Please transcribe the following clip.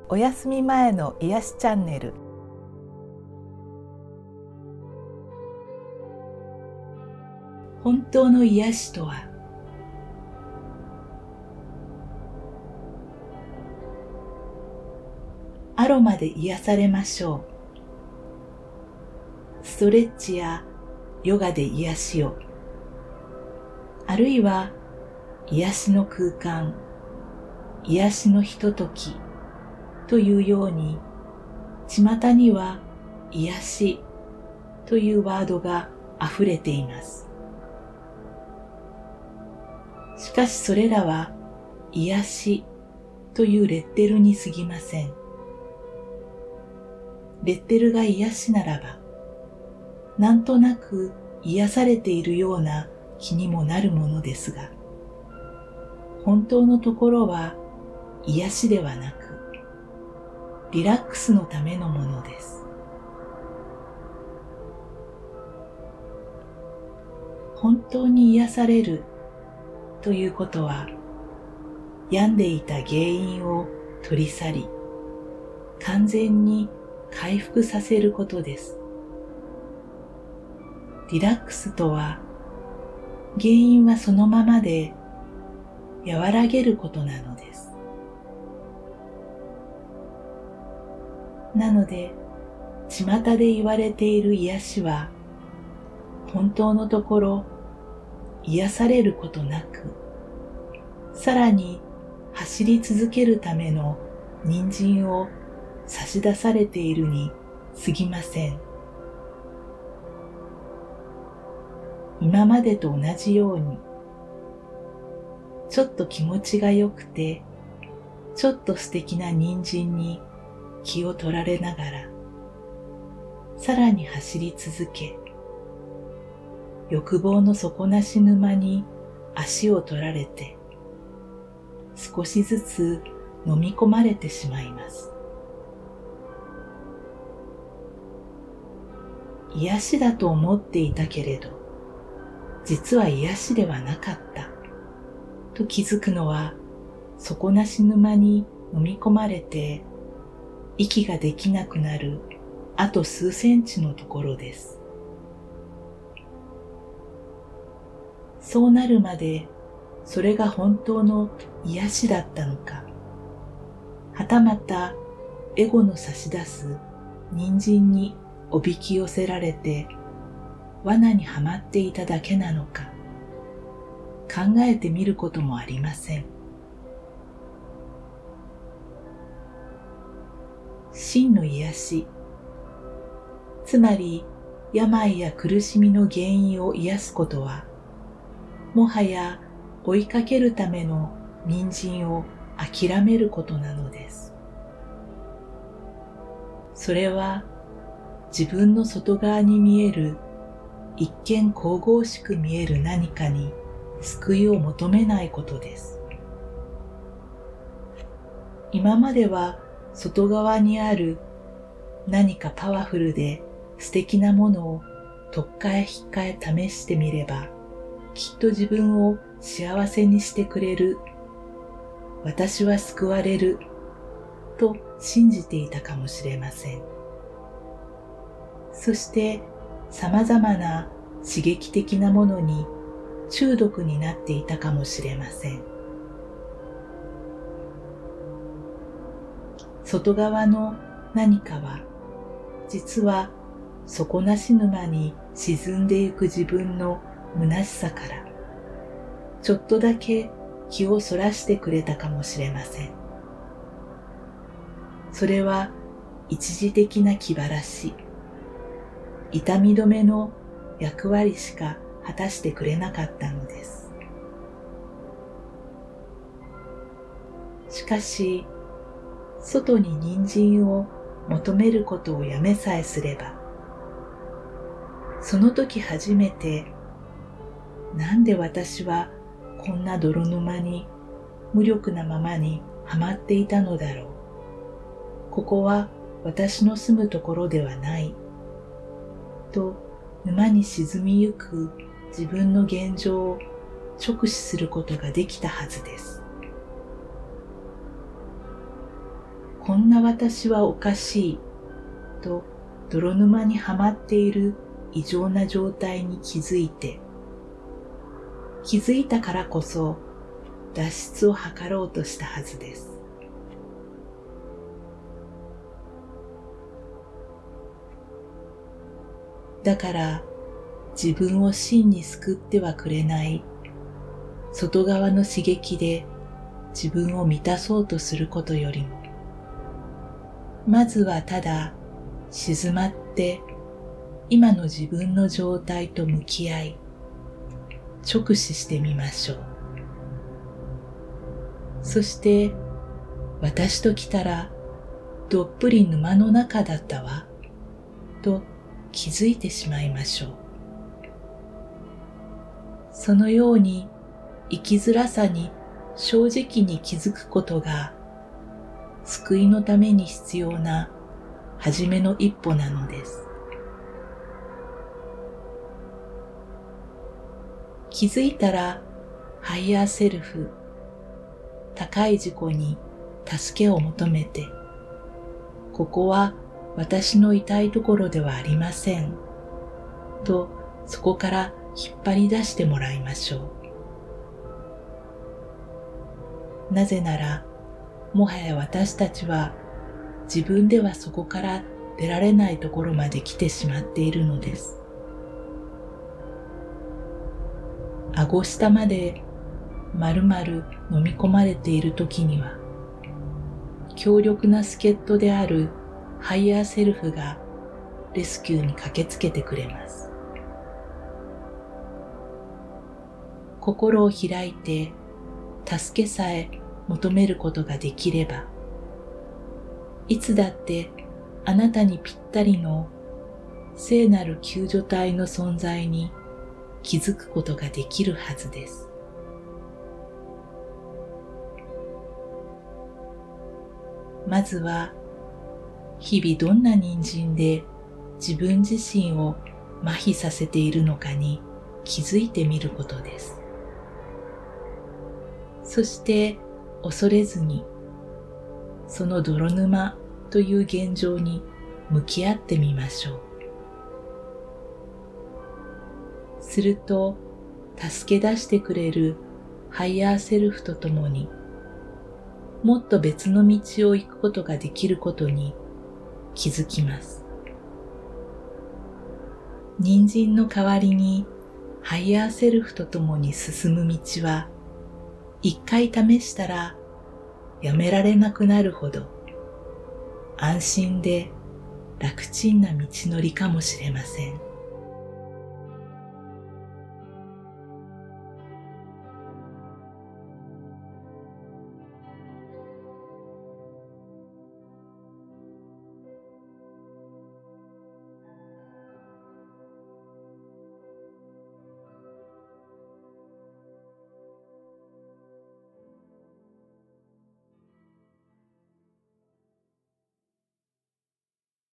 お休み前の癒しチャンネル。 本当の癒しとは、アロマで癒されましょう。ストレッチやヨガで癒しを、あるいは癒しの空間、癒しのひとときというように、巷には癒しというワードがあふれています。しかしそれらは癒しというレッテルに過ぎません。レッテルが癒しならば、なんとなく癒されているような気にもなるものですが、本当のところは癒しではなく、リラックスのためのものです。本当に癒されるということは、病んでいた原因を取り去り、完全に回復させることです。リラックスとは、原因はそのままで和らげることなのです。なので、巷で言われている癒しは、本当のところ癒されることなく、さらに走り続けるための人参を差し出されているに過ぎません。今までと同じように、ちょっと気持ちが良くて、ちょっと素敵な人参に気を取られながら、さらに走り続け、欲望の底なし沼に足を取られて、少しずつ飲み込まれてしまいます。癒しだと思っていたけれど、実は癒しではなかったと気づくのは、底なし沼に飲み込まれて息ができなくなるあと数センチのところです。そうなるまでそれが本当の癒しだったのか、はたまたエゴの差し出す人参におびき寄せられて罠にはまっていただけなのか、考えてみることもありません。真の癒し、つまり病や苦しみの原因を癒すことは、もはや追いかけるための人参を諦めることなのです。それは自分の外側に見える一見神々しく見える何かに救いを求めないことです。今までは外側にある何かパワフルで素敵なものをとっかえひっかえ試してみれば、きっと自分を幸せにしてくれる、私は救われると信じていたかもしれません。そして様々な刺激的なものに中毒になっていたかもしれません。外側の何かは、実は底なし沼に沈んでいく自分の虚しさから、ちょっとだけ気をそらしてくれたかもしれません。それは一時的な気晴らし、痛み止めの役割しか果たしてくれなかったのです。しかし、外に人参を求めることをやめさえすれば、その時初めて、なんで私はこんな泥沼に無力なままにはまっていたのだろう。ここは私の住むところではない。と沼に沈みゆく自分の現状を直視することができたはずです。こんな私はおかしいと泥沼にはまっている異常な状態に気づいたからこそ脱出を図ろうとしたはずです。だから自分を真に救ってはくれない外側の刺激で自分を満たそうとすることよりも、まずはただ静まって今の自分の状態と向き合い、直視してみましょう。そして私と来たらどっぷり沼の中だったわと気づいてしまいましょう。そのように生きづらさに正直に気づくことが救いのために必要な初めの一歩なのです。気づいたらハイヤーセルフ、高い自己に助けを求めて、ここは私の痛いところではありませんとそこから引っ張り出してもらいましょう。なぜならもはや私たちは自分ではそこから出られないところまで来てしまっているのです。顎下まで丸々飲み込まれている時には、強力な助っ人であるハイヤーセルフがレスキューに駆けつけてくれます。心を開いて助けさえ求めることができれば、いつだってあなたにぴったりの聖なる救助隊の存在に気づくことができるはずです。まずは日々どんな人参で自分自身を麻痺させているのかに気づいてみることです。そして恐れずにその泥沼という現状に向き合ってみましょう。すると助け出してくれるハイヤーセルフとともにもっと別の道を行くことができることに気づきます。人参の代わりにハイヤーセルフとともに進む道は一回試したらやめられなくなるほど安心で楽ちんな道のりかもしれません。